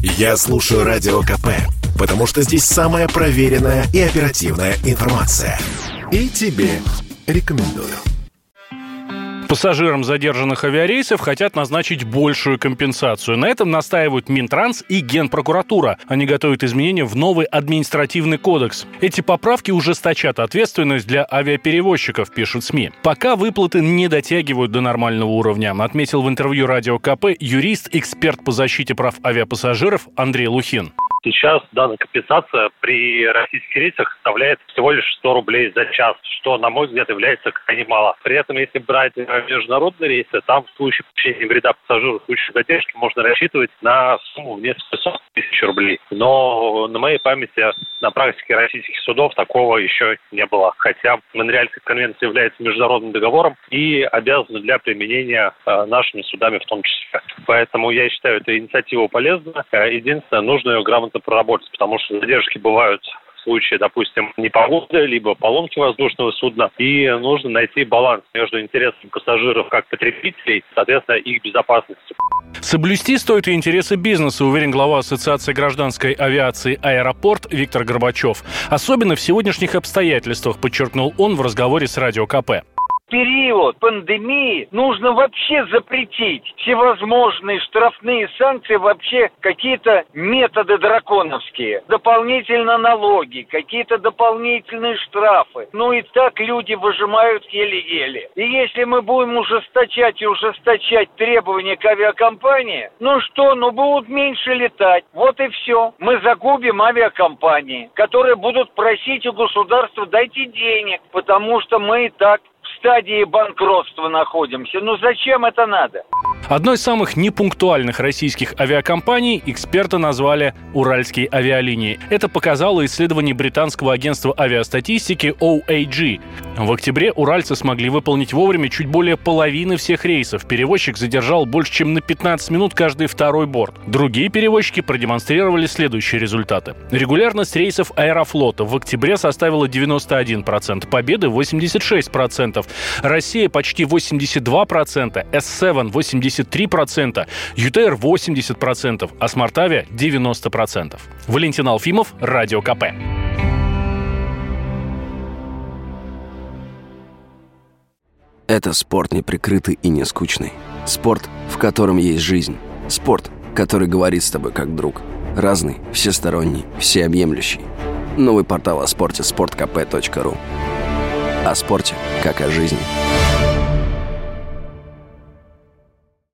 Я слушаю Радио КП, потому что здесь самая проверенная и оперативная информация. И тебе рекомендую. Пассажирам задержанных авиарейсов хотят назначить большую компенсацию. На этом настаивают Минтранс и Генпрокуратура. Они готовят изменения в новый административный кодекс. Эти поправки ужесточат ответственность для авиаперевозчиков, пишут СМИ. Пока выплаты не дотягивают до нормального уровня, отметил в интервью Радио КП юрист, эксперт по защите прав авиапассажиров Андрей Лухин. Сейчас данная компенсация при российских рейсах составляет всего лишь 100 рублей за час, что, на мой взгляд, является крайне мало. При этом, если брать международные рейсы, там в случае причинения вреда пассажиру, в случае задержки, можно рассчитывать на сумму в несколько сот тысяч рублей. Но на моей памяти, на практике российских судов такого еще не было. Хотя Монреальская конвенция является международным договором и обязана для применения нашими судами в том числе. Поэтому я считаю, эта инициатива полезна. Единственное, нужно ее грамотно проработать, потому что задержки бывают в случае, допустим, непогоды, либо поломки воздушного судна, и нужно найти баланс между интересами пассажиров как потребителей, соответственно, их безопасностью. Соблюсти стоит и интересы бизнеса, уверен глава Ассоциации гражданской авиации «Аэропорт» Виктор Горбачев. Особенно в сегодняшних обстоятельствах, подчеркнул он в разговоре с Радио КП. Период пандемии нужно вообще запретить всевозможные штрафные санкции, вообще какие-то методы драконовские, дополнительно налоги, какие-то дополнительные штрафы. Ну и так люди выжимают еле-еле. И если мы будем ужесточать требования к авиакомпании, будут меньше летать. Вот и все. Мы загубим авиакомпании, которые будут просить у государства: дайте денег, потому что мы и так в стадии банкротства находимся. Зачем это надо? Одной из самых непунктуальных российских авиакомпаний эксперты назвали «Уральские авиалинии». Это показало исследование британского агентства авиастатистики OAG. В октябре уральцы смогли выполнить вовремя чуть более половины всех рейсов. Перевозчик задержал больше, чем на 15 минут каждый второй борт. Другие перевозчики продемонстрировали следующие результаты. Регулярность рейсов Аэрофлота в октябре составила 91%, Победы – 86%, Россия – почти 82%, S7 – 83%, ЮТР – 80%, а Смартавиа – 90%. Валентин Алфимов, Радио КП. Это спорт неприкрытый и не скучный. Спорт, в котором есть жизнь. Спорт, который говорит с тобой как друг. Разный, всесторонний, всеобъемлющий. Новый портал о спорте – sportkp.ru. О спорте, как о жизни.